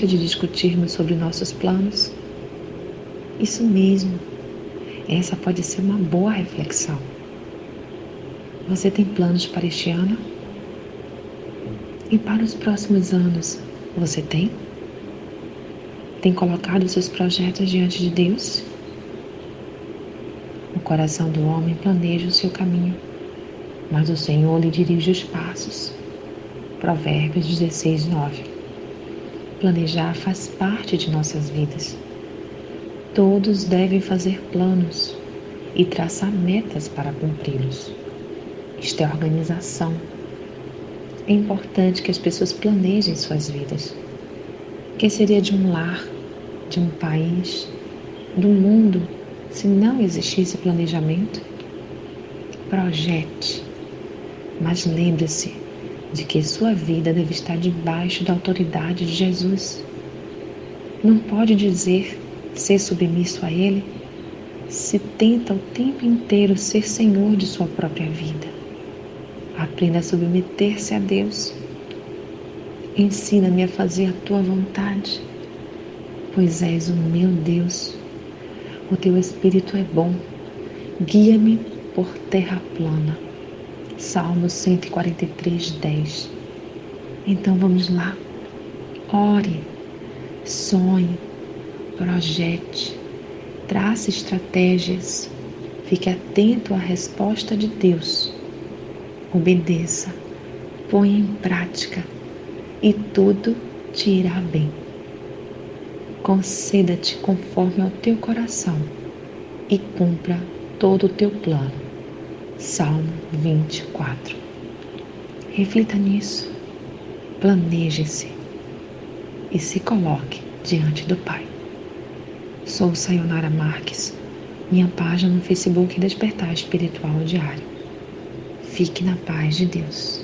gosta de discutirmos sobre nossos planos? Isso mesmo, essa pode ser uma boa reflexão. Você tem planos para este ano? E para os próximos anos, você tem? Tem colocado seus projetos diante de Deus? O coração do homem planeja o seu caminho, mas o Senhor lhe dirige os passos. Provérbios 16, 9. Planejar faz parte de nossas vidas. Todos devem fazer planos e traçar metas para cumpri-los. Isto é organização. É importante que as pessoas planejem suas vidas. O que seria de um lar, de um país, do mundo, se não existisse planejamento? Projete, mas lembre-se de que sua vida deve estar debaixo da autoridade de Jesus. Não pode dizer ser submisso a Ele se tenta o tempo inteiro ser senhor de sua própria vida. Aprenda a submeter-se a Deus. Ensina-me a fazer a tua vontade, pois és o meu Deus. O teu Espírito é bom. Guia-me por terra plana. Salmo 143, 10. Então vamos lá. Ore, sonhe, projete, trace estratégias. Fique atento à resposta de Deus. Obedeça, ponha em prática e tudo te irá bem. Conceda-te conforme ao teu coração e cumpra todo o teu plano. Salmo 24. Reflita nisso, planeje-se e se coloque diante do Pai. Sou Sayonara Marques, minha página no Facebook Despertar Espiritual Diário. Fique na paz de Deus.